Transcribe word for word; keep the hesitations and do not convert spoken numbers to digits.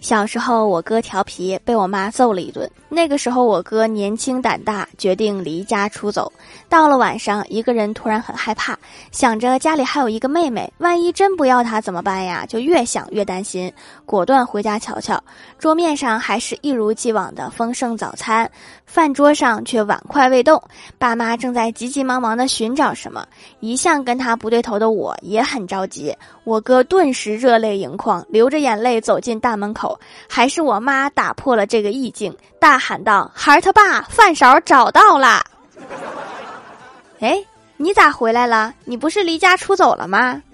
小时候我哥调皮，被我妈揍了一顿。那个时候我哥年轻胆大，决定离家出走。到了晚上，一个人突然很害怕，想着家里还有一个妹妹，万一真不要她怎么办呀？就越想越担心，果断回家瞧瞧。桌面上还是一如既往的丰盛早餐，饭桌上却碗筷未动，爸妈正在急急忙忙地寻找什么。一向跟他不对头的我也很着急，我哥顿时热泪盈眶，流着眼泪走进大门口。还是我妈打破了这个意境，大喊道：孩儿他爸，饭勺找到啦！哎，你咋回来了？你不是离家出走了吗？